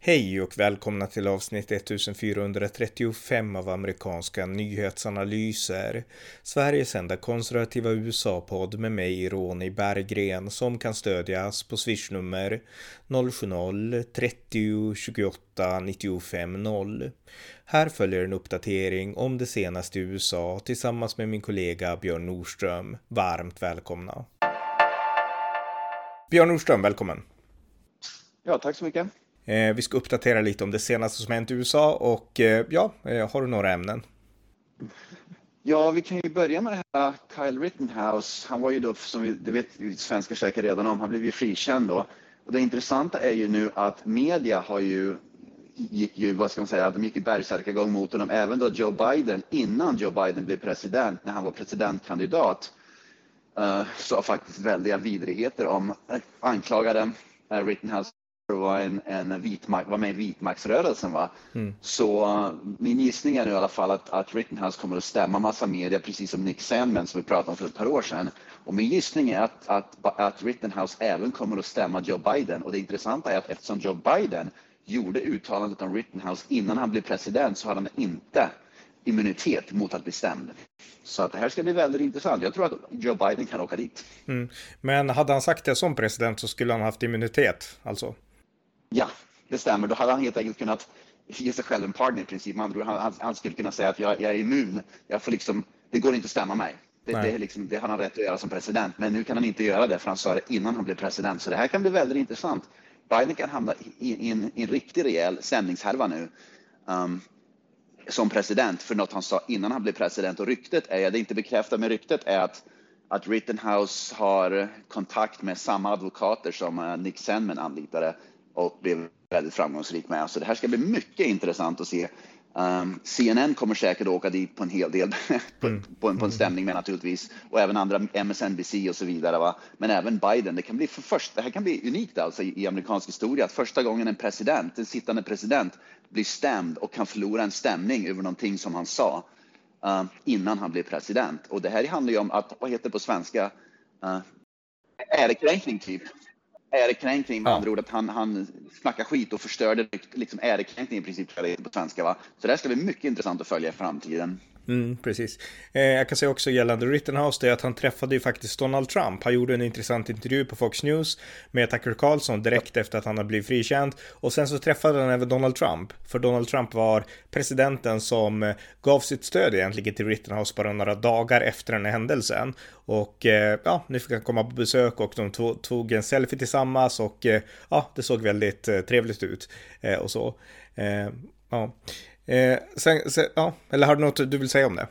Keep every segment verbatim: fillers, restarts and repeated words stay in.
Hej och välkomna till avsnitt fjortonhundratrettiofem av amerikanska nyhetsanalyser. Sveriges enda konservativa U S A-podd med mig, Ronny Berggren, som kan stödjas på swishnummer noll sju noll trettio tjugoåtta nittiofem noll. Här följer en uppdatering om det senaste i U S A tillsammans med min kollega Björn Nordström. Varmt välkomna. Björn Nordström, välkommen. Ja, tack så mycket. Eh, vi ska uppdatera lite om det senaste som hänt i U S A och eh, ja, eh, har du några ämnen? Ja, vi kan ju börja med det här Kyle Rittenhouse. Han var ju då, som vi, det vet vi svenskar säkert redan om, han blev ju frikänd då. Och det intressanta är ju nu att media har ju, gick ju, vad ska man säga, de gick i bergsärkagång mot honom. Även då Joe Biden, innan Joe Biden blev president, när han var presidentkandidat, uh, sa faktiskt väldiga vidrigheter om, anklagade uh, Rittenhouse var en, en vitmak, var med i vitmaktsrörelsen va. Mm. Så uh, min gissning är nu i alla fall att, att Rittenhouse kommer att stämma massa media, precis som Nick Sandman som vi pratade om för ett par år sedan. Och min gissning är att, att, att Rittenhouse även kommer att stämma Joe Biden. Och det intressanta är att eftersom Joe Biden gjorde uttalandet om Rittenhouse innan han blev president, så har han inte immunitet mot att bli stämd. Så att det här ska bli väldigt intressant. Jag tror att Joe Biden kan åka dit. Mm. Men hade han sagt det som president så skulle han haft immunitet alltså? Ja, det stämmer. Då hade han helt enkelt kunnat ge sig själv en partner i princip. Man, han, han skulle kunna säga att jag, jag är immun. Jag får liksom, det går inte att stämma mig. Det, det, är liksom, det har han rätt att göra som president. Men nu kan han inte göra det, för han sa det innan han blev president. Så det här kan bli väldigt intressant. Biden kan hamna i, i, en, i en riktig rejäl stämningshärva nu. Um, som president för något han sa innan han blev president. Och ryktet är, det är inte bekräftat, men ryktet är att, att Rittenhouse har kontakt med samma advokater som Nick Sandman anlitade och blev väldigt framgångsrik med. Så det här ska bli mycket intressant att se. Um, C N N kommer säkert att åka dit på en hel del på, mm. på, en, på en stämning med naturligtvis. Och även andra M S N B C och så vidare va. Men även Biden. Det kan bli för först, det här kan bli unikt alltså i, i amerikansk historia. Att första gången en president, en sittande president blir stämd och kan förlora en stämning över någonting som han sa uh, innan han blev president. Och det här handlar ju om att, vad heter det på svenska? Uh, ärekränkning typ. Ärekränkning med ja. andra ord, att han, han snackar skit och förstörde liksom ärekränkning i princip på svenska va. Så det här ska bli mycket intressant att följa i framtiden. Mm, precis. Eh, jag kan säga också gällande Rittenhouse det är att han träffade ju faktiskt Donald Trump. Han gjorde en intressant intervju på Fox News med Tucker Carlson direkt ja. efter att han hade blivit frikänd. Och sen så träffade han även Donald Trump. För Donald Trump var presidenten som gav sitt stöd egentligen till Rittenhouse bara några dagar efter den här händelsen. Och eh, ja, nu fick han komma på besök och de tog, tog en selfie tillsammans och eh, ja, det såg väldigt eh, trevligt ut eh, och så. Eh, ja. Eh, sen, sen, ja, eller har du något du vill säga om det?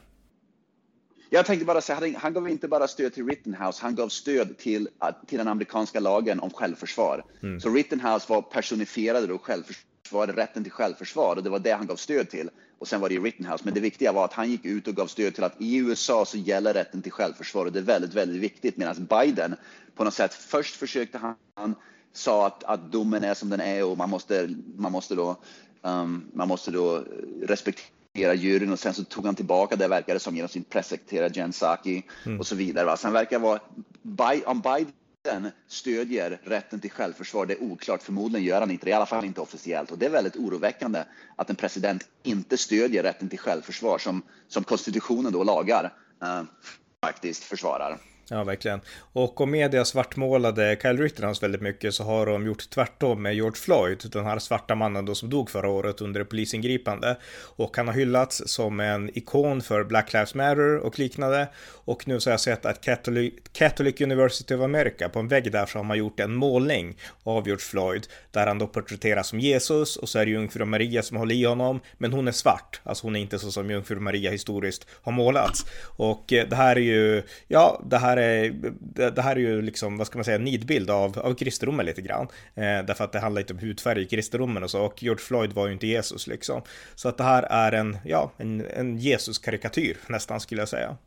Jag tänkte bara säga, han, han gav inte bara stöd till Rittenhouse, han gav stöd till, till den amerikanska lagen om självförsvar. Mm. Så Rittenhouse var personifierade då självförsvar, rätten till självförsvar, och det var det han gav stöd till. Och sen var det ju Rittenhouse, men det viktiga var att han gick ut och gav stöd till att i U S A så gäller rätten till självförsvar, och det är väldigt, väldigt viktigt. Medan Biden på något sätt, först försökte han, han sa att, att domen är som den är och man måste, man måste då Um, man måste då respektera juryn, och sen så tog han tillbaka det, verkade som, genom sin pressekreterare Jen Psaki mm. och så vidare va. Sen verkar vara om Biden stödjer rätten till självförsvar, det är oklart, förmodligen gör han inte det, i alla fall inte officiellt, och det är väldigt oroväckande att en president inte stödjer rätten till självförsvar som, som konstitutionen då lagar uh, faktiskt försvarar. Ja, verkligen. Och om media svartmålade Kyle Rittenhouse väldigt mycket, så har de gjort tvärtom med George Floyd, den här svarta mannen då som dog förra året under ett polisingripande. Och han har hyllats som en ikon för Black Lives Matter och liknande. Och nu så har jag sett att Catholic, Catholic University of America, på en vägg där så har man gjort en målning av George Floyd där han då porträtteras som Jesus, och så är det Jungfru Maria som håller i honom, men hon är svart. Alltså hon är inte så som Jungfru Maria historiskt har målats. Och det här är ju, ja, det här Är, det här är ju liksom, vad ska man säga, en nidbild av, av kristendomen lite grann. Eh, därför att det handlar inte om hudfärg i kristendomen och så. Och George Floyd var ju inte Jesus liksom. Så att det här är en, ja, en, en Jesus-karikatyr nästan, skulle jag säga.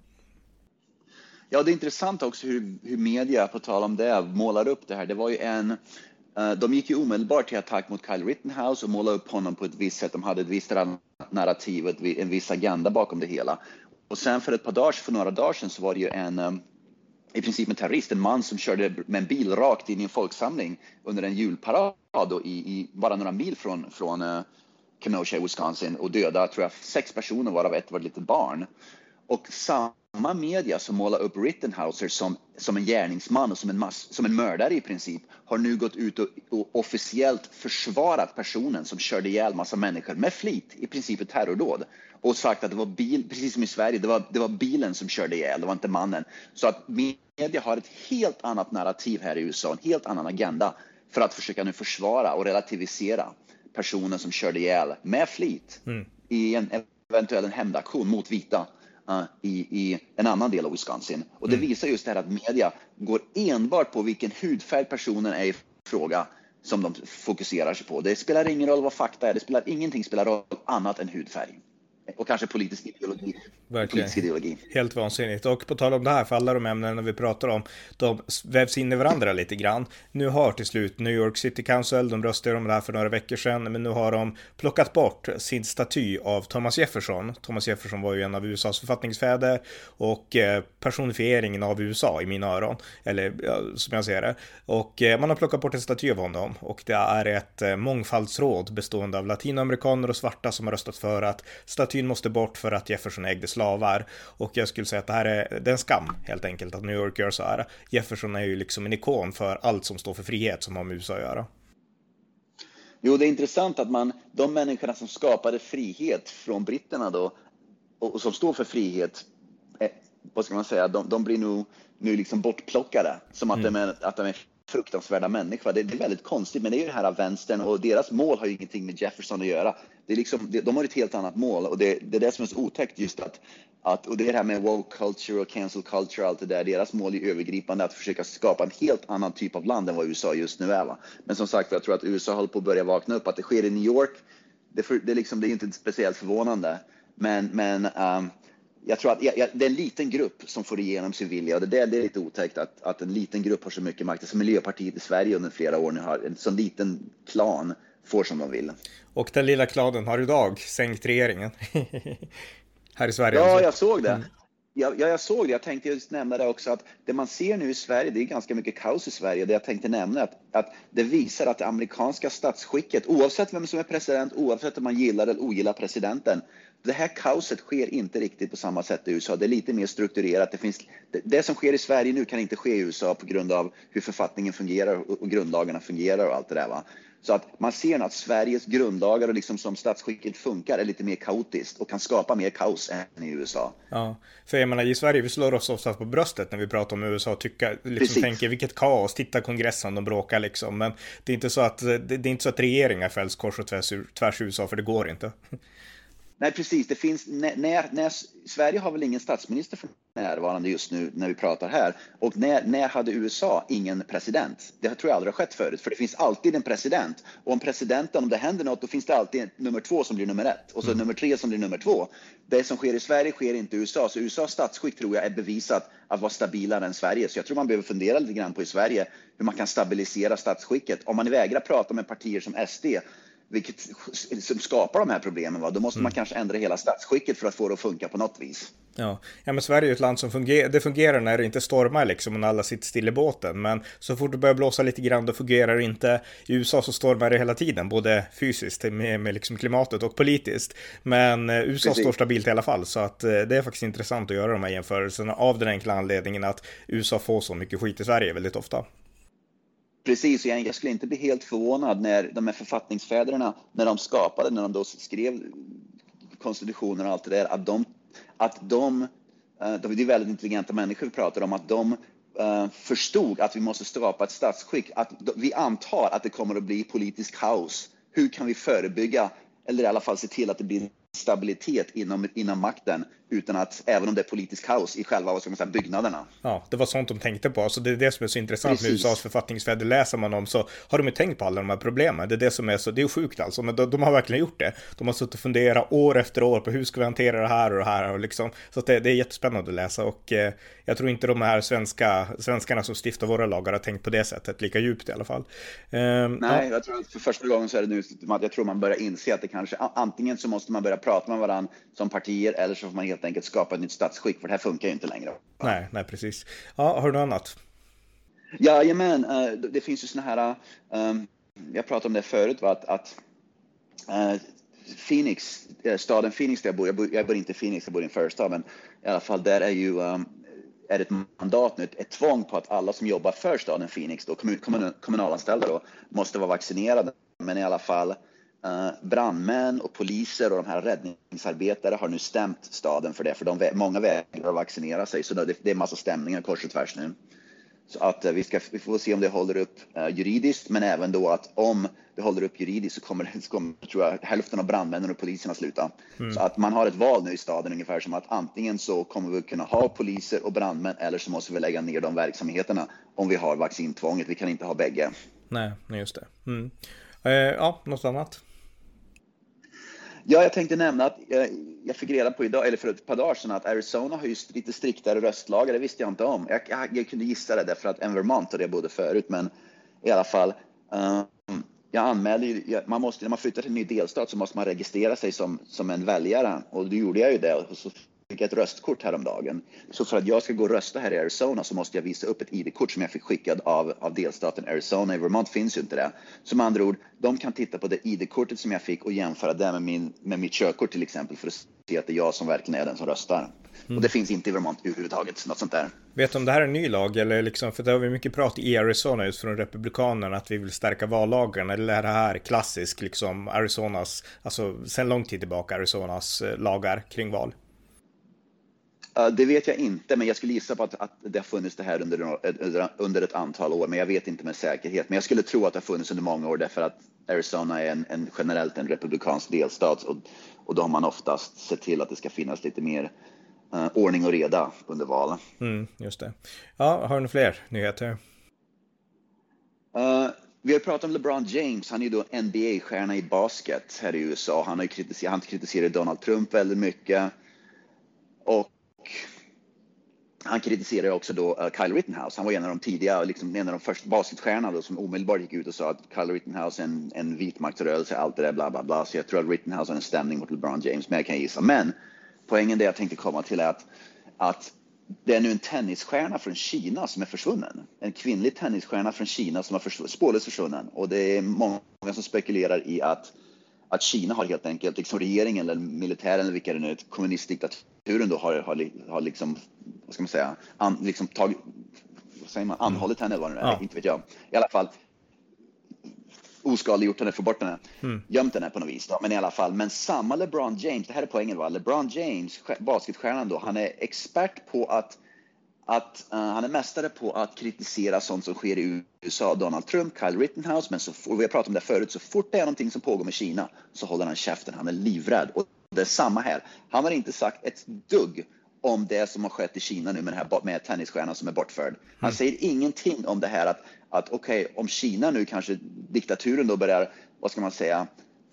Ja, det är intressant också hur, hur media, på tal om det, målar upp det här. Det var ju en, uh, de gick ju omedelbart till attack mot Kyle Rittenhouse och målade upp honom på ett visst sätt. De hade ett visst narrativ, ett, en viss agenda bakom det hela. Och sen för ett par dagar, för några dagar sedan, så var det ju en... Um, i princip en terrorist, en man som körde med en bil rakt in i en folksamling under en julparad och i, i bara några mil från, från uh, Kenosha, Wisconsin, och döda, tror jag, sex personer, varav ett var ett litet barn. Och samma media som målar upp Rittenhauser som, som en gärningsman och som en, mass, som en mördare i princip, har nu gått ut och, och officiellt försvarat personen som körde ihjäl massa människor med flit, i princip ett terrordåd. Och sagt att det var bil, precis som i Sverige, det var, det var bilen som körde ihjäl, det var inte mannen. Så att media har ett helt annat narrativ här i U S A, en helt annan agenda för att försöka nu försvara och relativisera personen som körde ihjäl med flit mm. i en eventuell en hämndaktion mot vita uh, i, i en annan del av Wisconsin. Och det mm. visar just det här att media går enbart på vilken hudfärg personen är i fråga som de fokuserar sig på. Det spelar ingen roll vad fakta är, det spelar ingenting spelar roll annat än hudfärg. Och kanske politisk ideologi. Politisk ideologi. Helt vansinnigt. Och på tal om det här, för alla de ämnena vi pratar om, de vävs in i varandra lite grann. Nu har till slut New York City Council, de röstade om det här för några veckor sedan, men nu har de plockat bort sin staty av Thomas Jefferson. Thomas Jefferson var ju en av U S As författningsfäder och personifieringen av U S A i mina öron, eller ja, som jag ser det. Och man har plockat bort en staty av honom, och det är ett mångfaldsråd bestående av latinamerikaner och svarta som har röstat för att statyn måste bort för att Jefferson ägde slavar. Och jag skulle säga att det här är, det är en skam helt enkelt att New York gör så här. Jefferson är ju liksom en ikon för allt som står för frihet som har med U S A att göra. Jo, det är intressant att man, de människorna som skapade frihet från britterna då, och, och som står för frihet, eh, vad ska man säga, de, de blir nu, nu liksom bortplockade som att, mm. de är, att de är fruktansvärda människor. Det, det är väldigt konstigt, men det är ju det här av vänstern, och deras mål har ju ingenting med Jefferson att göra. Det är liksom, de har ett helt annat mål, och det, det är det som är så otäckt, just att, att och det är det här med woke culture och cancel culture och allt det där. Deras mål är övergripande att försöka skapa en helt annan typ av land än vad U S A just nu är. Va? Men som sagt, jag tror att U S A håller på att börja vakna upp. Att det sker i New York, det, för, det, är, liksom, det är inte speciellt förvånande. Men, men um, jag tror att ja, det är en liten grupp som får igenom sin vilja, och det är, det är lite otäckt att, att en liten grupp har så mycket makt. Som Miljöpartiet i Sverige under flera år nu har en sån liten klan får som de vill. Och den lilla klanen har idag sänkt regeringen här i Sverige. Ja, alltså. jag såg det. Mm. Ja, jag såg det. Jag tänkte just nämna det också, att det man ser nu i Sverige, det är ganska mycket kaos i Sverige. Det jag tänkte nämna att, att det visar att det amerikanska statsskicket, oavsett vem som är president, oavsett om man gillar eller ogillar presidenten, det här kaoset sker inte riktigt på samma sätt i U S A. Det är lite mer strukturerat. Det, finns, det, det som sker i Sverige nu kan inte ske i U S A på grund av hur författningen fungerar och, och grundlagarna fungerar och allt det där, va? Så att man ser att Sveriges grundlagar och liksom som statsskicket funkar är lite mer kaotiskt och kan skapa mer kaos än i U S A. Ja, för jag menar, i Sverige vi slår oss ofta på bröstet när vi pratar om U S A och tycker, liksom, tänker vilket kaos, titta kongressen, de bråkar liksom. Men det är inte så att, det, det är inte så att regeringar fälls kors och tvärs, tvärs i U S A, för det går inte. Nej, precis. Det finns, när, när, när, Sverige har väl ingen statsminister för närvarande just nu när vi pratar här. Och när, när hade U S A ingen president? Det tror jag aldrig har skett förut. För det finns alltid en president. Och om presidenten, om det händer något, då finns det alltid nummer två som blir nummer ett. Och så mm. nummer tre som blir nummer två. Det som sker i Sverige sker inte i U S A. Så U S A:s statsskick tror jag är bevisat att vara stabilare än Sverige. Så jag tror man behöver fundera lite grann på i Sverige hur man kan stabilisera statsskicket. Om man vägrar prata med partier som S D, vilket som skapar de här problemen, va? Då måste mm. man kanske ändra hela statsskicket för att få det att funka på något vis. Ja, ja men Sverige är ett land som fungerar, det fungerar när det inte stormar liksom och när alla sitter still i båten, men så fort det börjar blåsa lite grann då fungerar det inte. I U S A så stormar det hela tiden, både fysiskt med, med liksom klimatet och politiskt, men U S A Precis. står stabilt i alla fall, så att det är faktiskt intressant att göra de här jämförelserna av den enkla anledningen att U S A får så mycket skit i Sverige väldigt ofta. Precis, jag skulle inte bli helt förvånad när de här författningsfäderna, när de skapade, när de då skrev konstitutionen och allt det där, att de, att de, de det är väldigt intelligenta människor vi pratar om, att de förstod att vi måste skapa ett statsskick, att vi antar att det kommer att bli politisk kaos. Hur kan vi förebygga, eller i alla fall se till att det blir stabilitet inom, inom makten, utan att, även om det är politisk kaos i själva, vad ska man säga, byggnaderna. Ja, det var sånt de tänkte på. Så det är det som är så intressant Precis. med U S As författningsfäder. Läser man om så har de ju tänkt på alla de här problemen. Det är det som är så, det är sjukt alltså. Men de, de har verkligen gjort det. De har suttit och funderat år efter år på hur ska vi hantera det här och det här. Och liksom. Så att det, det är jättespännande att läsa. Och eh, jag tror inte de här svenska, svenskarna som stiftar våra lagar har tänkt på det sättet lika djupt i alla fall. Eh, Nej, ja. jag tror att för första gången så är det nu att jag tror man börjar inse att det kanske, antingen så måste man börja prata med varandra som partier, eller så får man helt enkelt skapa ett nytt statsskick, för det här funkar ju inte längre. Nej, nej precis. Ja, har du något annat? Ja, jamen, uh, det finns ju såna här, um, jag pratade om det förut, va, att, att uh, Phoenix, staden Phoenix där jag bor, jag bor, jag bor inte i Phoenix, jag bor i en förstad, men i alla fall där är ju um, är det ett mandat nu, ett tvång på att alla som jobbar för staden Phoenix, då, kommun, kommun, kommunalanställda då, måste vara vaccinerade. Men i alla fall uh, brandmän och poliser och de här räddningsarbetare har nu stämt staden för det, för de, många vägrar att vaccinera sig, så det, det är en massa stämningar kors och tvärs nu. Så att uh, vi, ska, vi får se om det håller upp uh, juridiskt, men även då att om det håller upp juridiskt så kommer, så kommer tror jag, hälften av brandmännen och poliserna sluta. Mm. Så att man har ett val nu i staden, ungefär som att antingen så kommer vi kunna ha poliser och brandmän, eller så måste vi lägga ner de verksamheterna om vi har vaccintvånget. Vi kan inte ha bägge. Nej, just det. Mm. Eh, ja, något annat? Ja, jag tänkte nämna att jag, jag fick reda på idag, eller för ett par dagar sedan, att Arizona har ju lite striktare röstlagar. Det visste jag inte om. Jag, jag, jag kunde gissa det därför att en Vermont, och det bodde förut, men i alla fall um, jag anmälde, jag, man måste, när man flyttar till en ny delstat så måste man registrera sig som, som en väljare, och då gjorde jag ju det, och så fick jag ett röstkort häromdagen. Så för att jag ska gå och rösta här i Arizona så måste jag visa upp ett I D-kort som jag fick skickad av, av delstaten Arizona. I Vermont finns ju inte det. Så med andra ord, de kan titta på det I D-kortet som jag fick och jämföra det med, min, med mitt körkort till exempel, för att se att det är jag som verkligen är den som röstar. Mm. Och det finns inte i Vermont överhuvudtaget, något sånt där. Vet du om det här är en ny lag, eller liksom, för det har vi mycket prat i Arizona just från republikanerna att vi vill stärka vallagen, eller är det här klassisk liksom Arizonas, alltså sen lång tid tillbaka Arizonas lagar kring val? Uh, det vet jag inte, men jag skulle gissa på att, att det har funnits det här under, under ett antal år, men jag vet inte med säkerhet. Men jag skulle tro att det har funnits under många år, därför att Arizona är en, en generellt en republikansk delstat, och, och då har man oftast sett till att det ska finnas lite mer uh, ordning och reda under valen. Mm, just det. Ja, har du några fler nyheter? Uh, vi har pratat om LeBron James. Han är ju då N B A-stjärna i basket här i U S A. Han har ju kritiserat, han kritiserar Donald Trump väldigt mycket. Och han kritiserar ju också då uh, Kyle Rittenhouse. Han var en av de tidiga, liksom en av de första basketstjärnorna då, som omedelbart gick ut och sa att Kyle Rittenhouse är en, en vitmaktsrörelse, allt det där bla bla bla. Så jag tror att Rittenhouse har en stämning mot LeBron James, men jag kan gissa. Men poängen det jag tänkte komma till är att, att det är nu en tennisstjärna från Kina som är försvunnen. En kvinnlig tennisstjärna från Kina som har försvunnit, spårlöst försvunnen. Och det är många som spekulerar i att att Kina har helt enkelt, liksom regeringen eller militären eller vilka det nu är, kommunistdiktaturen då har, har, har liksom, vad ska man säga, an, liksom tagit, vad säger man, anhållit henne eller vad det är, ja. Inte vet jag. I alla fall oskadliggjort henne, få bort henne, mm. gömt henne på något vis då. Men i alla fall, men samma LeBron James, det här är poängen va, LeBron James, basketstjärnan då, han är expert på att Att, uh, han är mästare på att kritisera sånt som sker i U S A, Donald Trump, Kyle Rittenhouse, men så, och vi har pratat om det förut, så fort det är någonting som pågår med Kina så håller han käften, han är livrädd. Och det är samma här, han har inte sagt ett dugg om det som har skett i Kina nu med, den här, med tennisstjärnan som är bortförd. Han mm. säger ingenting om det här att, att okej, okay, om Kina nu kanske diktaturen då börjar, vad ska man säga,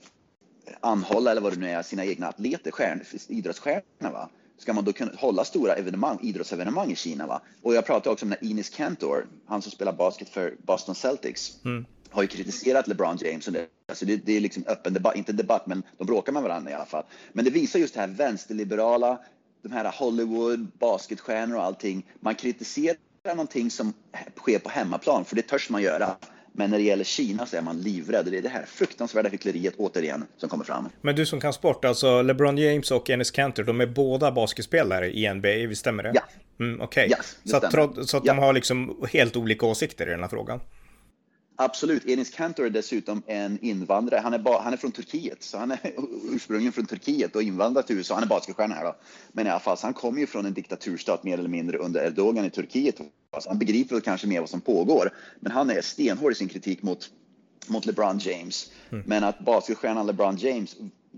anhålla eller vad det nu är, sina egna atleter, stjärn, idrottsstjärnor va? Ska man då kunna hålla stora evenemang, idrottsevenemang i Kina va? Och jag pratade också om när Enes Kanter, han som spelar basket för Boston Celtics, mm. har ju kritiserat LeBron James. Och det, alltså det, det är liksom öppen debatt, inte debatt, men de bråkar med varandra i alla fall. Men det visar just det här vänsterliberala, de här Hollywood, basketstjärnor och allting. Man kritiserar någonting som sker på hemmaplan, för det törs man göra. Men när det gäller Kina så är man livrädd. Det är det här fruktansvärda hyckleriet återigen som kommer fram. Men du som kan sport, alltså LeBron James och Enes Kanter, de är båda basketspelare i N B A, visst stämmer det? Ja. Mm, okej. Okay. Yes, så att, trots, så att ja. de har liksom helt olika åsikter i den här frågan? Absolut. Enes Kanter är dessutom en invandrare. Han är, ba- han är från Turkiet, så han är ursprungligen från Turkiet och invandrat till U S A. Han är basketstjärna här då. Men i alla fall, så han kommer ju från en diktaturstat mer eller mindre under Erdogan i Turkiet. Så han begriper väl kanske mer vad som pågår. Men han är stenhård i sin kritik mot, mot LeBron James. Mm. Men att basketstjärnan LeBron James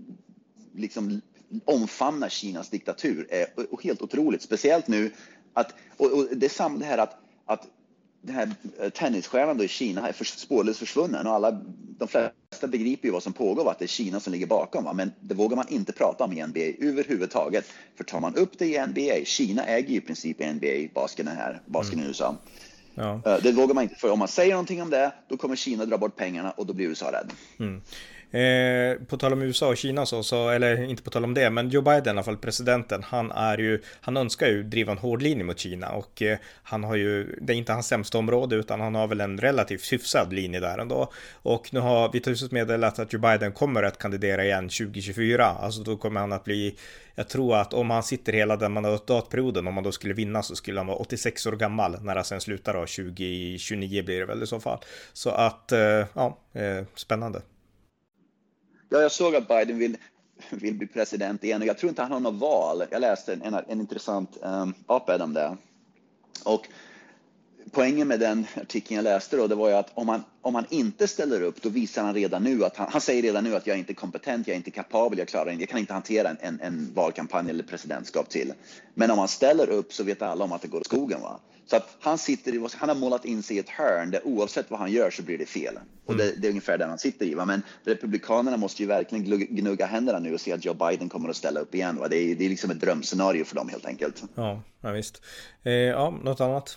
liksom omfamnar Kinas diktatur är helt otroligt. Speciellt nu att, och, och det är samma det här att, att den här tennisstjärnan då i Kina är för, spårlöst försvunnen, och alla, de flesta begriper ju vad som pågår, att det är Kina som ligger bakom va? Men det vågar man inte prata om i N B A överhuvudtaget, för tar man upp det i N B A, Kina äger ju i princip N B A-basketen här, basketen mm. i U S A. Ja. Det vågar man inte, för om man säger någonting om det, då kommer Kina dra bort pengarna och då blir U S A rädd. Mm. Eh, på tal om U S A och Kina så, så, eller inte på tal om det, men Joe Biden i alla fall, presidenten, han är ju, han önskar ju driva en hård linje mot Kina och eh, han har ju, det är inte hans sämsta område utan han har väl en relativt hyfsad linje där ändå. Och nu har Vita huset meddelat att Joe Biden kommer att kandidera igen tjugo tjugofyra, alltså då kommer han att bli, jag tror att om han sitter hela den mandatperioden, om man då skulle vinna så skulle han vara åttiosex år gammal när han sen slutar då, tjugo tjugonio blir det väl i så fall. Så att, eh, ja, eh, spännande. Ja, jag såg att Biden vill, vill bli president igen och jag tror inte han har något val. Jag läste en, en, en intressant um, op-ed om det. Och poängen med den artikeln jag läste då, det var ju att om han, om han inte ställer upp, då visar han redan nu att han, han säger redan nu att jag är inte kompetent, jag är inte kapabel, jag klarar inte, jag kan inte hantera en, en, en valkampanj eller presidentskap till. Men om han ställer upp så vet alla om att det går i skogen, va? Så att han sitter i, han har målat in sig i ett hörn där oavsett vad han gör så blir det fel. Och det, det är ungefär där han sitter i, va? Men republikanerna måste ju verkligen gnugga händerna nu och se att Joe Biden kommer att ställa upp igen, va? Det är, det är liksom ett drömscenario för dem helt enkelt. Ja, ja visst. Eh, ja, något annat?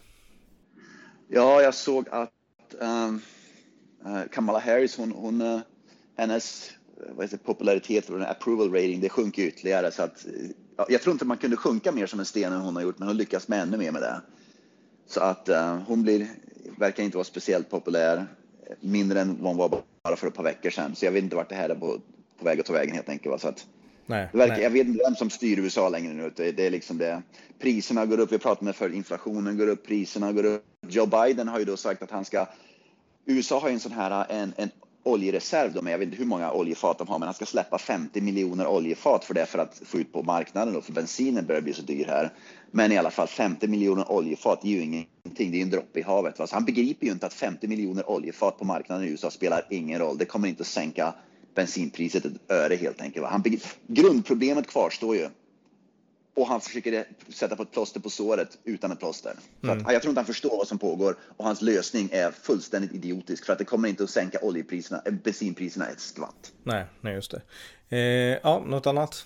Ja, jag såg att um, uh, Kamala Harris, hon, hon, uh, hennes vad heter det, popularitet och approval rating, det sjunker ytterligare. Så att, uh, jag tror inte man kunde sjunka mer som en sten än hon har gjort, men hon lyckas med ännu mer med det. Så att uh, hon blir, verkar inte vara speciellt populär, mindre än vad hon var bara för ett par veckor sedan. Så jag vet inte vart det här är på, på väg att ta vägen helt enkelt. Va? Så att, Nej, det verkar, nej. Jag vet inte vem som styr U S A längre nu. Det, det är liksom det. Priserna går upp, vi pratar med för inflationen går upp, priserna går upp. Joe Biden har ju då sagt att han ska, U S A har ju en sån här en, en oljereserv då, men jag vet inte hur många oljefat de har, men han ska släppa femtio miljoner oljefat för det, för att få ut på marknaden då, för bensinen börjar bli så dyr här. Men i alla fall femtio miljoner oljefat är ju ingenting, det är en droppe i havet. Va? Så han begriper ju inte att femtio miljoner oljefat på marknaden i U S A spelar ingen roll. Det kommer inte att sänka bensinpriset ett öre helt enkelt. Va? Han begriper, grundproblemet kvarstår ju. Och han försöker sätta på ett plåster på såret utan ett plåster. Så att, mm. Jag tror inte han förstår vad som pågår. Och hans lösning är fullständigt idiotisk. För att det kommer inte att sänka oljepriserna, bensinpriserna ett skvatt. Nej, nej just det. Eh, ja, något annat?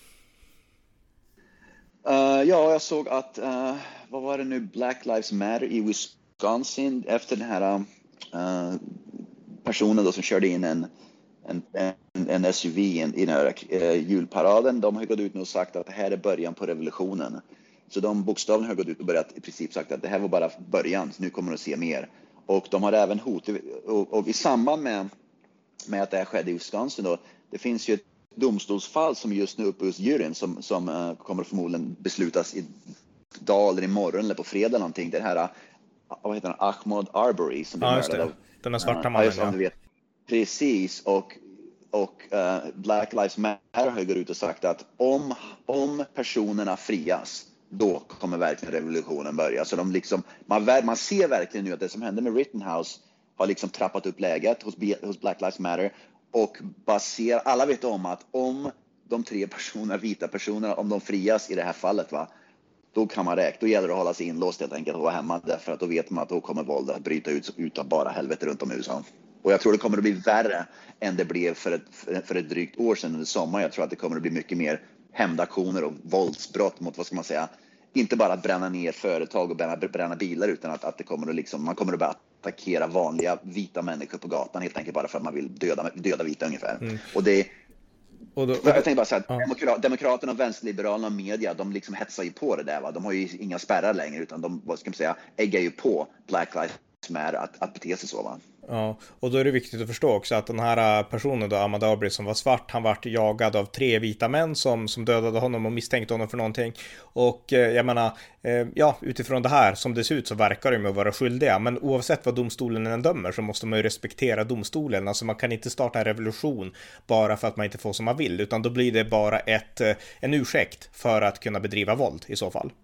Uh, ja, jag såg att, uh, vad var det nu, Black Lives Matter i Wisconsin. Efter den här uh, personen då som körde in en En, en, en S U V i, i den här eh, julparaden. De har gått ut nu och sagt att det här är början på revolutionen. Så de bokstavligen har gått ut och börjat i princip sagt att det här var bara början, nu kommer de att se mer. Och de har även hot, och, och i samband med, med att det här skedde i Wisconsin då, det finns ju ett domstolsfall som just nu är uppe hos juryn som, som uh, kommer förmodligen beslutas i dag eller imorgon eller på fredag eller någonting. Det här, vad heter han, Ahmaud Arbery som blir ja, just det. mördad av, den här svarta uh, mannen, ja. Du vet. Precis, och, och uh, Black Lives Matter har gått ut och sagt att om, om personerna frias, då kommer verkligen revolutionen börja. Så de liksom, man, man ser verkligen nu att det som hände med Rittenhouse har liksom trappat upp läget hos, hos Black Lives Matter. Och baserar, alla vet om att om de tre personerna, vita personerna, om de frias i det här fallet, va, då kan man räkna, då gäller det att hålla sig inlåst helt enkelt och vara hemma, därför att då vet man att då kommer våldet att bryta ut utan bara helvete runt om i U S A. Och jag tror det kommer att bli värre än det blev för ett, för ett drygt år sedan under sommaren. Jag tror att det kommer att bli mycket mer hämndaktioner och våldsbrott mot, vad ska man säga, inte bara att bränna ner företag och bränna, bränna bilar, utan att, att det kommer att liksom, man kommer att börja attackera vanliga vita människor på gatan helt enkelt bara för att man vill döda, döda vita ungefär. Mm. Och det Och då, och då, jag tänker bara så att ja. Demokrat, Demokraterna och Vänsterliberalerna och media, de liksom hetsar ju på det där, va? De har ju inga spärrar längre, utan de, vad ska man säga, äggar ju på Black Lives Matter att, att bete sig så, va? Ja, och då är det viktigt att förstå också att den här personen då, Ahmaud Arbery, som var svart, han vart jagad av tre vita män som, som dödade honom och misstänkte honom för någonting. Och eh, jag menar, eh, ja, utifrån det här som det ser ut så verkar de ju vara skyldiga. Men oavsett vad domstolen än dömer så måste man ju respektera domstolen. Alltså man kan inte starta en revolution bara för att man inte får som man vill, utan då blir det bara ett, en ursäkt för att kunna bedriva våld i så fall.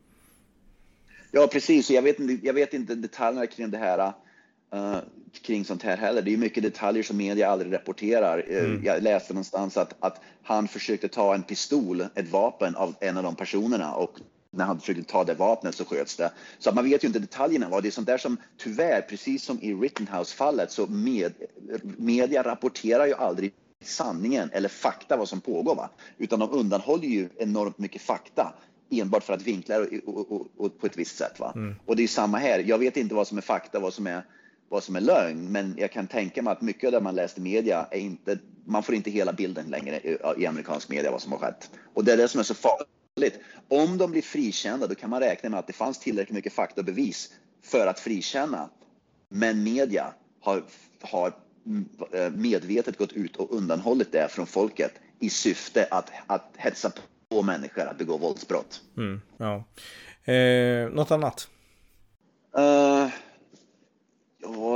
Ja, precis. Jag vet inte, jag vet inte detaljerna kring det här. Uh, kring sånt här heller. Det är mycket detaljer som media aldrig rapporterar. Uh, mm. Jag läste någonstans att, att han försökte ta en pistol, ett vapen av en av de personerna, och när han försökte ta det vapnet så sköts det. Så att man vet ju inte detaljerna. Va? Det är sånt där som tyvärr, precis som i Rittenhouse-fallet, så med, media rapporterar ju aldrig sanningen eller fakta vad som pågår, va? Utan de undanhåller ju enormt mycket fakta enbart för att vinkla och, och, och, och på ett visst sätt, va? Mm. Och det är samma här. Jag vet inte vad som är fakta, vad som är vad som är lögn, men jag kan tänka mig att mycket av det man läst i media är inte, man får inte hela bilden längre i amerikansk media vad som har skett. Och det är det som är så farligt. Om de blir frikända, då kan man räkna med att det fanns tillräckligt mycket fakta och bevis för att frikänna. Men media har, har medvetet gått ut och undanhållit det från folket i syfte att, att hetsa på människor att begå våldsbrott. Mm, ja. Eh, något annat? Uh, ja,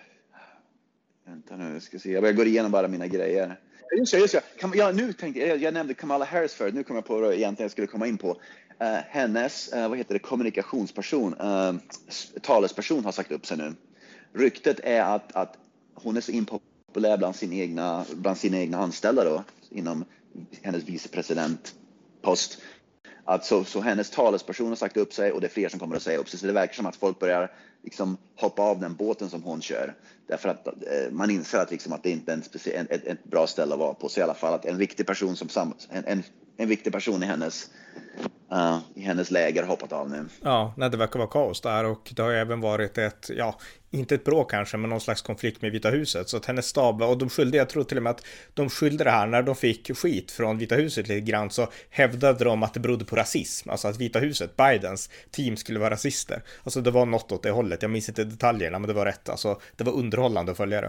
vänta nu, jag ska se. Jag går igenom bara mina grejer. Just det, just det. Ja, nu tänkte jag, jag nämnde Kamala Harris förut. Nu kommer jag på vad egentligen jag skulle komma in på. Uh, hennes, uh, vad heter det, kommunikationsperson, uh, talesperson har sagt upp sig nu. Ryktet är att, att hon är så impopulär bland sina egna, bland sina egna anställda då, inom hennes vicepresidentpost. Alltså, så hennes talesperson har sagt upp sig och det är fler som kommer att säga upp sig. Så det verkar som att folk börjar liksom hoppa av den båten som hon kör. Därför att eh, man inser att, liksom, att det inte är en specie- en, ett, ett bra ställe att vara på. Så i alla fall att en viktig person, som sam- en, en, en viktig person i hennes, uh, i hennes läger har hoppat av nu. Ja, nej, det verkar vara kaos där och det har även varit ett, ja, inte ett bråk kanske, men någon slags konflikt med Vita huset. Så att hennes stab, och de skyllde, jag tror till och med att de skyllde det här när de fick skit från Vita huset lite grann, så hävdade de att det berodde på rasism. Alltså att Vita huset, Bidens team, skulle vara rasister. Alltså det var något åt det hållet, jag minns inte detaljerna, men det var rätt. Alltså det var underhållande att följa det.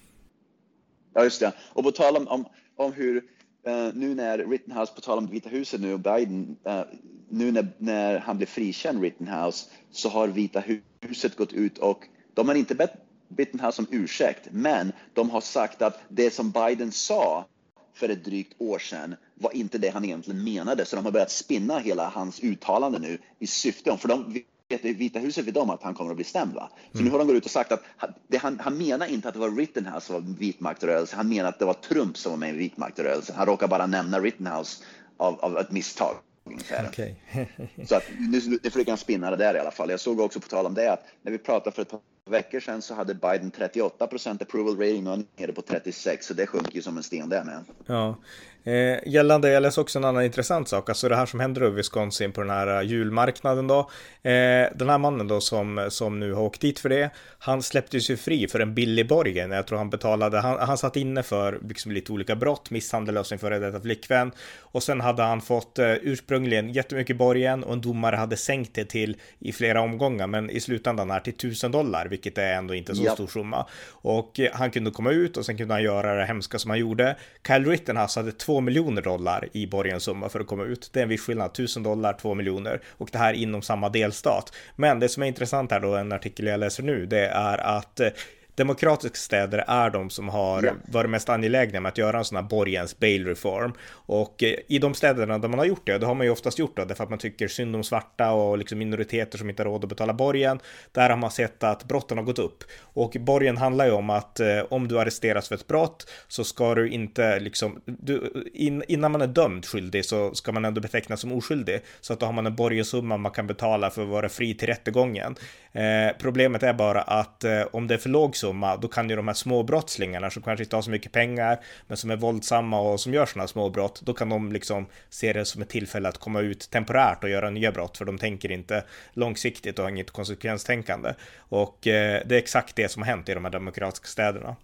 Ja, just det. Och på tal om, om, om hur Uh, nu när Rittenhouse, på tal om Vita huset nu och Biden, uh, nu när, när han blev frikänd, Rittenhouse, så har Vita huset gått ut och de har inte bett Rittenhouse om ursäkt, men de har sagt att det som Biden sa för ett drygt år sedan var inte det han egentligen menade. Så de har börjat spinna hela hans uttalande nu i syfte om, för de vet, Vita huset vet om att han kommer att bli stämd, va? Så mm. nu har de gått ut och sagt att det, han, han menar inte att det var Rittenhouse som var en vitmaktrörelse. Han menar att det var Trump som var med i vitmaktrörelsen. Han råkar bara nämna Rittenhouse av, av ett misstag. Okay. Så att nu, nu försöker han spinna det där i alla fall. Jag såg också på tal om det att när vi pratade för ett par veckor sedan så hade Biden trettioåtta procent approval rating och nere på trettiosex, så det sjunker ju som en sten där med. Ja. Eh, gällande, jag läser också en annan intressant sak, alltså det här som händer i Wisconsin på den här julmarknaden då. Eh, den här mannen då som, som nu har åkt dit för det, han släpptes ju fri för en billig borgen. Jag tror han betalade, han, han satt inne för liksom lite olika brott, misshandel, lösning för detta flickvän, och sen hade han fått eh, ursprungligen jättemycket borgen och en domare hade sänkt det till i flera omgångar, men i slutändan här till tusen dollar, vilket är ändå inte så yep. stor summa. Och eh, han kunde komma ut och sen kunde han göra det hemska som han gjorde. Kyle Rittenhouse hade två miljoner dollar i borgensumma för att komma ut. Det är en viss skillnad, tusen dollar, två miljoner, och det här inom samma delstat. Men det som är intressant här då, en artikel jag läser nu, det är att eh, demokratiska städer är de som har yeah. varit mest angelägna med att göra en sån här borgens bail reform. Och eh, i de städerna där man har gjort det, det har man ju oftast gjort då, därför att man tycker synd om svarta och liksom minoriteter som inte har råd att betala borgen. Där har man sett att brotten har gått upp. Och borgen handlar ju om att eh, om du arresteras för ett brott så ska du inte liksom, du, in, innan man är dömd skyldig så ska man ändå betecknas som oskyldig. Så att då har man en borgensumma man kan betala för att vara fri till rättegången. Eh, problemet är bara att eh, om det är för låg summa, då kan ju de här små brottslingarna som kanske inte har så mycket pengar men som är våldsamma och som gör sådana små brott, då kan de liksom se det som ett tillfälle att komma ut temporärt och göra nya brott, för de tänker inte långsiktigt och har inget konsekvenstänkande. Och eh, det är exakt det som har hänt i de här demokratiska städerna.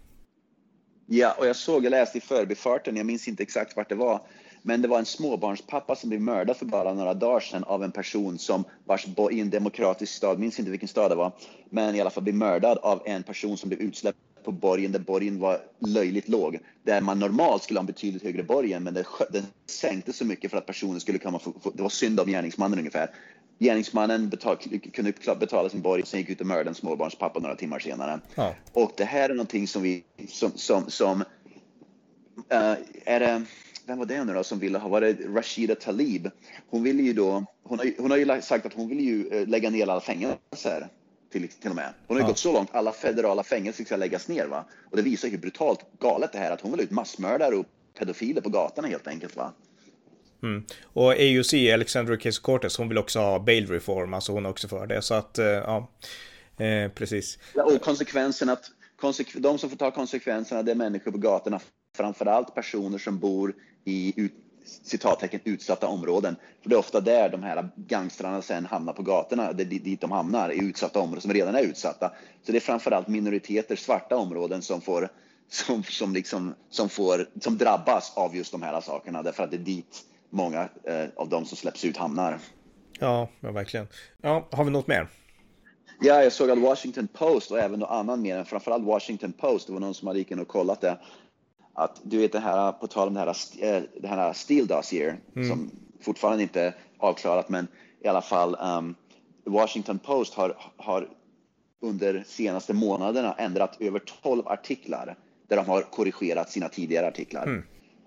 Ja, och jag såg, jag läste i förbifarten, jag minns inte exakt vart det var, men det var en småbarnspappa som blev mördad för bara några dagar sedan av en person som vars i en demokratisk stad, minns inte vilken stad det var, men i alla fall blev mördad av en person som blev utsläppt på borgen, där borgen var löjligt låg. Där man normalt skulle ha en betydligt högre borgen, men den, den sänkte så mycket för att personen skulle komma få, få, det var synd om gärningsmannen ungefär. Gärningsmannen betal, kunde betala sin borg och sen gick ut och mördade en småbarnspappa några timmar senare. Ja. Och det här är någonting som vi som, som, som uh, är det, vem var det nu då som ville ha, var det Rashida Tlaib? Hon ville ju då, hon har, hon har ju sagt att hon vill ju lägga ner alla fängelser till, till och med. Hon har ju ja. gått så långt, alla federala fängelser ska läggas ner, va? Och det visar hur brutalt galet det här, att hon vill ut massmördare och pedofiler på gatorna helt enkelt, va? Mm. Och A U C, Alexandria Ocasio-Cortez, hon vill också ha bail reform, alltså hon är också för det, så att ja, eh, precis. Ja, och konsekvensen att konsekv- de som får ta konsekvenserna, det är människor på gatorna, framförallt personer som bor i ut, citattecken utsatta områden. För det är ofta där de här gangstrarna sen hamnar på gatorna, det är dit de hamnar, i utsatta områden som redan är utsatta. Så det är framförallt minoriteter, svarta områden som får som, som, liksom, som, får, som drabbas av just de här sakerna, därför att det är dit många eh, av de som släpps ut hamnar. Ja, ja, verkligen. Ja, har vi något mer? Ja, jag såg att Washington Post och även någon annan mer, framförallt Washington Post, det var någon som hade gick in och kollat det, att du vet det här, på tal om det här, det här Steele dossier, mm. som fortfarande inte är avklarat, men i alla fall um, Washington Post har, har under senaste månaderna ändrat över tolv artiklar där de har korrigerat sina tidigare artiklar. Mm.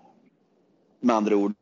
Med andra ord,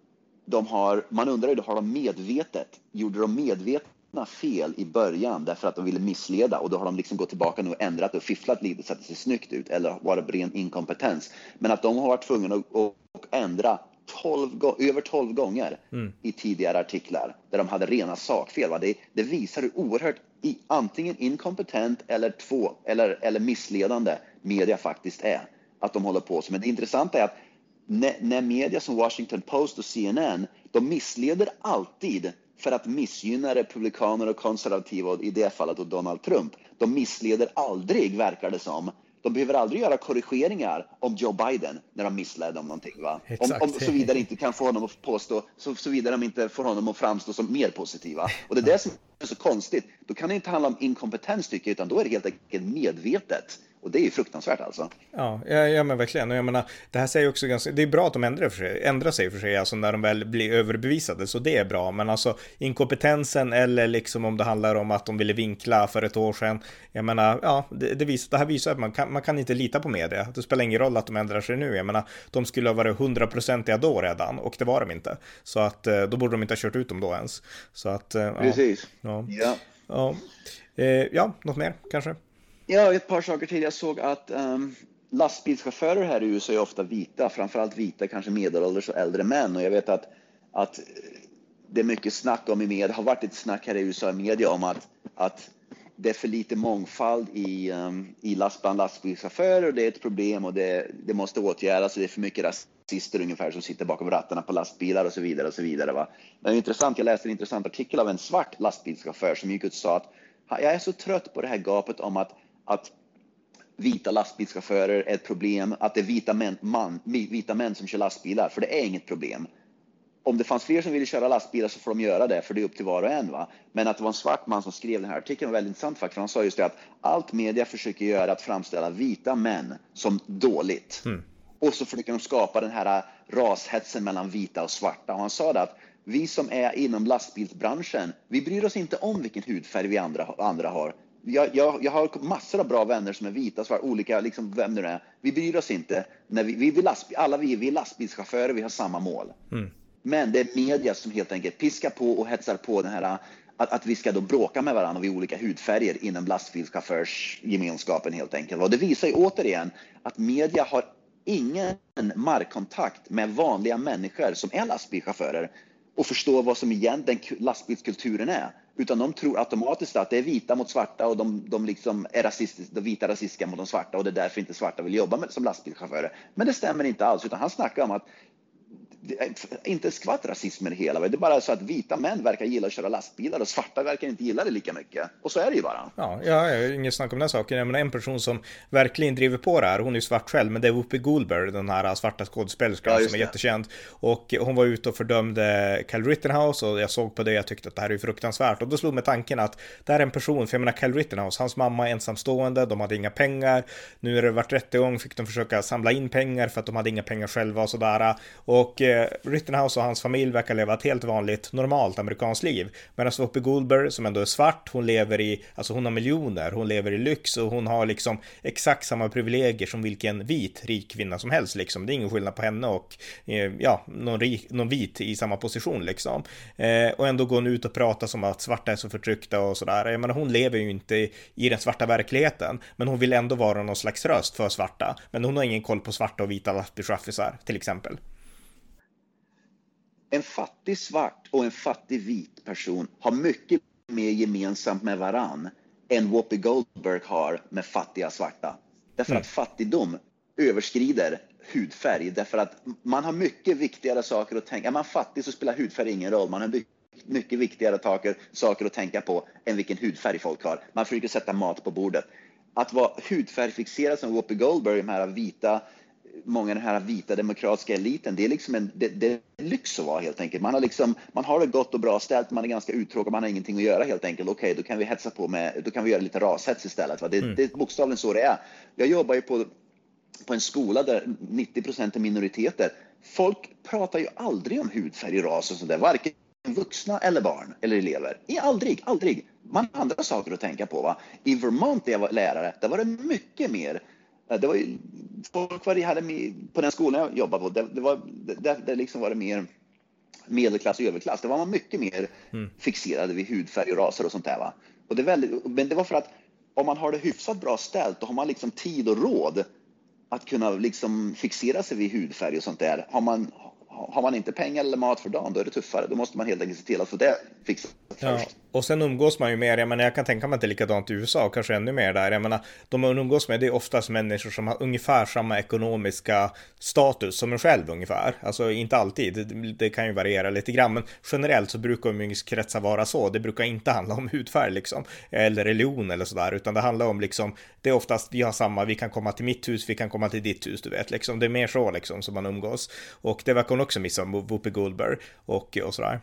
de har, man undrar ju, har de medvetet, gjorde de medvetna fel i början därför att de ville missleda, och då har de liksom gått tillbaka nu och ändrat och fifflat lite så att det ser snyggt ut, eller var det ren inkompetens? Men att de har varit tvungna att, att ändra tolv, över tolv gånger mm. i tidigare artiklar där de hade rena sakfel. Va? Det, det visar hur oerhört i, antingen inkompetent eller, två, eller, eller missledande media faktiskt är. Att de håller på så. Men det intressanta är att när, när media som Washington Post och C N N, de missleder alltid för att missgynna republikaner och konservativa, och i det fallet och Donald Trump. De missleder aldrig, verkar det som. De behöver aldrig göra korrigeringar om Joe Biden när de missledde om någonting. Va? Om, om så vidare inte kan få honom att påstå, så, så vidare de inte får honom att framstå som mer positiva. Och det är det som är så konstigt. Då kan det inte handla om inkompetens, tycker jag, utan då är det helt enkelt medvetet. Och det är ju fruktansvärt alltså. Ja, ja, ja men verkligen. Och jag menar, det här säger också ganska, det är bra att de ändrar, för sig, ändrar sig för sig, alltså när de väl blir överbevisade, så det är bra. Men alltså inkompetensen, eller liksom om det handlar om att de ville vinkla för ett år sedan, jag menar, ja, det, det, visar, det här visar att man kan, man kan inte lita på media. Det spelar ingen roll att de ändrar sig nu. Jag menar, de skulle ha varit hundraprocentiga då redan, och det var de inte. Så att då borde de inte ha kört ut dem då ens. Så att, ja. Precis. Ja. Ja. Ja. Eh, ja, något mer kanske? Ja, ett par saker till. Jag såg att um, lastbilschaufförer här i U S A är ofta vita, framförallt vita, kanske medelålders och äldre män. Och jag vet att, att det är mycket snack om i media, har varit ett snack här i U S A i media om att, att det är för lite mångfald i, um, i last, bland lastbilschaufförer, och det är ett problem, och det, det måste åtgärdas, och det är för mycket rasister ungefär som sitter bakom rattarna på lastbilar och så vidare och så vidare. Va? Men det är intressant, jag läste en intressant artikel av en svart lastbilschaufför som gick ut och sa att jag är så trött på det här gapet om att att vita lastbilschaufförer är ett problem, att det är vita män, man, vita män som kör lastbilar, för det är inget problem. Om det fanns fler som ville köra lastbilar så får de göra det, för det är upp till var och en. Va? Men att det var en svart man som skrev den här artikeln var väldigt intressant faktiskt, för han sa just det att allt media försöker göra att framställa vita män som dåligt. Mm. Och så försöker de skapa den här rashetsen mellan vita och svarta. Och han sa det att vi som är inom lastbilsbranschen, vi bryr oss inte om vilken hudfärg vi andra, andra har. Jag, jag, jag har massor av bra vänner som är vita, svart, olika liksom, vem det är. Vi bryr oss inte. När vi, vi, vi lastbil, alla vi, vi är lastbilschaufförer, vi har samma mål. Mm. Men det är media som helt enkelt piskar på och hetsar på den här, att, att vi ska då bråka med varandra vid olika hudfärger inom lastbilschaufförsgemenskapen helt enkelt. Och det visar ju återigen att media har ingen markkontakt med vanliga människor som är lastbilschaufförer och förstår vad som egentligen lastbilskulturen är. Utan de tror automatiskt att det är vita mot svarta, och de, de liksom är rasistiska, de vita rasistiska mot de svarta, och det är därför inte svarta vill jobba med som lastbilschaufförer. Men det stämmer inte alls, utan han snackar om att det är inte skvatt rasism med det hela. Det är bara så att vita män verkar gilla att köra lastbilar och svarta verkar inte gilla det lika mycket. Och så är det ju bara. Ja, jag har inget snack om den saken. Jag menar, en person som verkligen driver på det här, hon är ju svart själv, men det är Whoopi Goldberg, den här svarta skådespelerskan, ja, som är det. Jättekänd. Och hon var ute och fördömde Kyle Rittenhouse, och jag såg på det, jag tyckte att det här är fruktansvärt. Och då slog mig tanken att det här är en person, för jag menar Kyle Rittenhouse, hans mamma är ensamstående, de hade inga pengar. Nu när det varit rättegång fick de försöka samla in pengar för att de hade inga pengar själva och sådär. Och eh, Rittenhouse och hans familj verkar leva ett helt vanligt, normalt amerikanskt liv. Medan Whoopi Goldberg, som ändå är svart, hon lever i, alltså hon har miljoner, hon lever i lyx, och hon har liksom exakt samma privilegier som vilken vit rik kvinna som helst liksom. Det är ingen skillnad på henne och eh, ja, någon, rik, någon vit i samma position liksom. Eh, och ändå går hon ut och pratar som att svarta är så förtryckta och sådär. Jag menar, hon lever ju inte i, i den svarta verkligheten, men hon vill ändå vara någon slags röst för svarta. Men hon har ingen koll på svarta och vita lastbilschaffisar till exempel. En fattig svart och en fattig vit person har mycket mer gemensamt med varann än Whoopi Goldberg har med fattiga svarta. Därför mm. att fattigdom överskrider hudfärg, därför att man har mycket viktigare saker att tänka. Är man fattig så spelar hudfärg ingen roll. Man har mycket viktigare saker, saker att tänka på än vilken hudfärg folk har. Man försöker sätta mat på bordet. Att vara hudfärgfixerad som Whoopi Goldberg, de här vita, många den här vita demokratiska eliten, det är liksom en, det, det är lyx att vara helt enkelt. Man har liksom, man har det gott och bra ställt, man är ganska uttråkad, man har ingenting att göra helt enkelt. Okej, då kan vi hetsa på med, då kan vi göra lite rashets istället. Va? Det, mm. det är bokstavligen så det är. Jag jobbar ju på, på en skola där nittio procent är minoriteter. Folk pratar ju aldrig om hudfärg, ras och sådär, varken vuxna eller barn eller elever. Aldrig, aldrig. Man har andra saker att tänka på. Va? I Vermont där jag var lärare, där var det mycket mer. Det var ju, folk var, hade med, på den skolan jag jobbade på, det, det var, det, det liksom var det mer medelklass och överklass. Det var man mycket mer mm. fixerade vid hudfärg och raser och sånt där. Va? Och det, är väldigt, men det var för att om man har det hyfsat bra ställt, då har man liksom tid och råd att kunna liksom fixera sig vid hudfärg och sånt där. Har man, har man inte pengar eller mat för dagen, då är det tuffare. Då måste man helt enkelt se till att få det fixat först. Ja, och sen umgås man ju mer. Jag menar, jag kan tänka mig att det är likadant i U S A, kanske ännu mer där. Jag menar, de man umgås med, det är oftast människor som har ungefär samma ekonomiska status som en själv ungefär. Alltså inte alltid, det, det kan ju variera lite grann, men generellt så brukar umgängeskretsar vara så. Det brukar inte handla om hudfärg liksom, eller religion eller sådär, utan det handlar om liksom, det är oftast vi har samma, vi kan komma till mitt hus, vi kan komma till ditt hus, du vet liksom. Det är mer så liksom som man umgås. Och det verkar hon också missa om Whoopi Goldberg och, och sådär.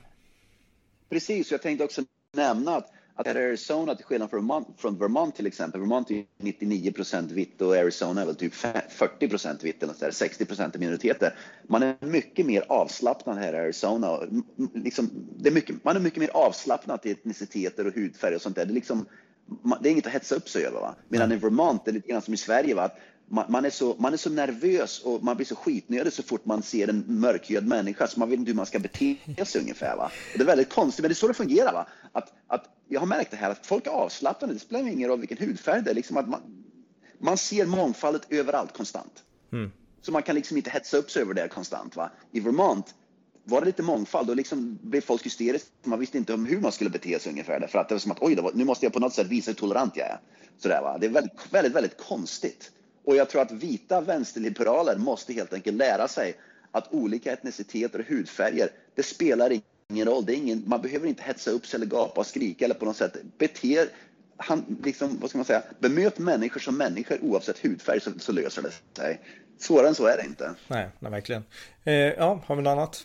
Precis, jag tänkte också nämna att, att Arizona, till skillnad från Vermont, från Vermont till exempel, Vermont är nittionio procent vitt och Arizona är väl typ fyrtio procent vitt eller där, sextio procent är minoriteter. Man är mycket mer avslappnad här i Arizona. Liksom, det är mycket, man är mycket mer avslappnad till etniciteter och hudfärg och sånt där. Det är, liksom, det är inget att hetsa upp sig över. Va? Medan i Vermont, det är lite grann som i Sverige, va? Man, man, är så, man är så nervös och man blir så skitnödig så fort man ser en mörkhyad människa, så man vet inte hur man ska bete sig ungefär. Va? Och det är väldigt konstigt, men det är så det fungerar. Va? Att, att, jag har märkt det här, att folk är avslappnade, det spelar ingen roll vilken hudfärg det är. Liksom att man, man ser mångfaldet överallt konstant. Mm. Så man kan liksom inte hetsa upp sig över det konstant. Va? I Vermont var det lite mångfald och liksom blev folk hysteriska. Man visste inte om hur man skulle bete sig ungefär. För att det var som att oj, då, nu måste jag på något sätt visa hur tolerant jag är. Sådär, va? Det är väldigt, väldigt, väldigt konstigt. Och jag tror att vita vänsterliberaler måste helt enkelt lära sig att olika etniciteter och hudfärger, det spelar ingen roll. Det är ingen, man behöver inte hetsa upp sig eller gapa och skrika eller på något sätt bete, han, liksom, vad ska man säga, bemöt människor som människor oavsett hudfärg, så, så löser det sig. Svårare än så är det inte. Nej, nej verkligen. Eh, ja, har vi något annat?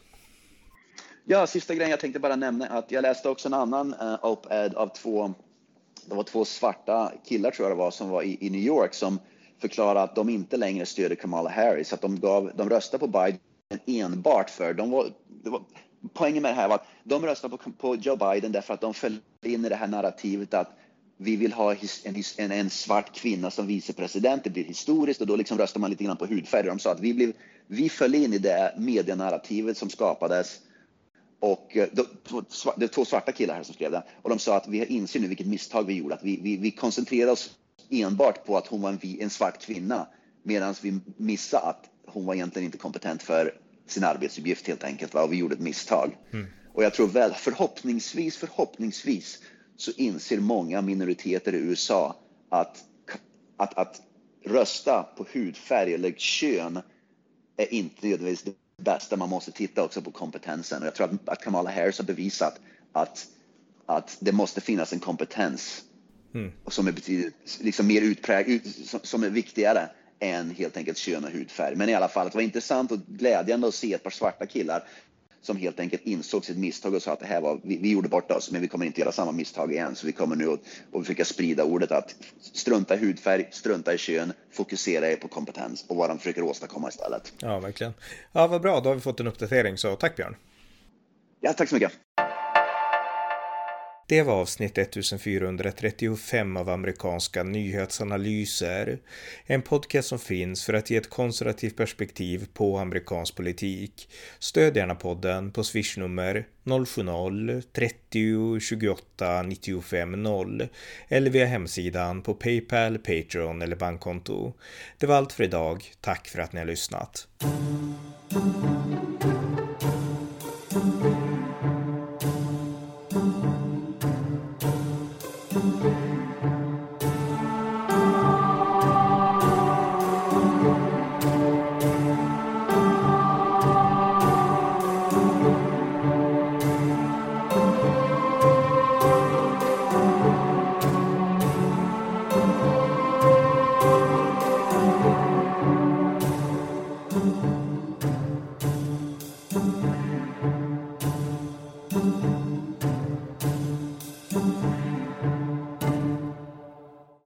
Ja, sista grejen jag tänkte bara nämna att jag läste också en annan uh, op-ed av två, det var två svarta killar tror jag det var, som var i, i New York, som förklara att de inte längre stöder Kamala Harris, att de, gav, de röstade på Biden enbart för, de var, det var, poängen med det här var att de röstade på, på Joe Biden därför att de föll in i det här narrativet att vi vill ha en, en, en svart kvinna som vicepresident, det blir historiskt, och då liksom röstar man lite grann på hudfärg. De sa att vi, blev, vi föll in i det medienarrativet som skapades, och då, det är två svarta killar här som skrev det, och de sa att vi inser nu vilket misstag vi gjorde, att vi, vi, vi koncentrerar oss enbart på att hon var en, en svart kvinna, medan vi missade att hon var egentligen inte kompetent för sin arbetsuppgift helt enkelt, va? Och vi gjorde ett misstag. Mm. Och jag tror väl förhoppningsvis, förhoppningsvis så inser många minoriteter i U S A att, att, att rösta på hudfärg eller kön är inte nödvändigtvis det bästa. Man måste titta också på kompetensen. Och jag tror att, att Kamala Harris har bevisat att, att det måste finnas en kompetens mm. som är betydligt, liksom mer utpräg, som, som är viktigare än helt enkelt kön och hudfärg. Men i alla fall, det var intressant och glädjande att se ett par svarta killar som helt enkelt insåg sitt misstag och sa att det här var, vi, vi gjorde bort oss, men vi kommer inte göra samma misstag igen. Så vi kommer nu att och försöka sprida ordet att strunta i hudfärg, strunta i kön, fokusera på kompetens och vad de försöker åstadkomma istället. Ja, verkligen. Ja, vad bra. Då har vi fått en uppdatering, så tack Björn. Ja, tack så mycket. Det var avsnitt fjortonhundratrettiofem av amerikanska nyhetsanalyser. En podcast som finns för att ge ett konservativt perspektiv på amerikansk politik. Stöd gärna podden på swishnummer noll sju noll trettio tjugoåtta nittiofem noll eller via hemsidan på PayPal, Patreon eller bankkonto. Det var allt för idag. Tack för att ni har lyssnat.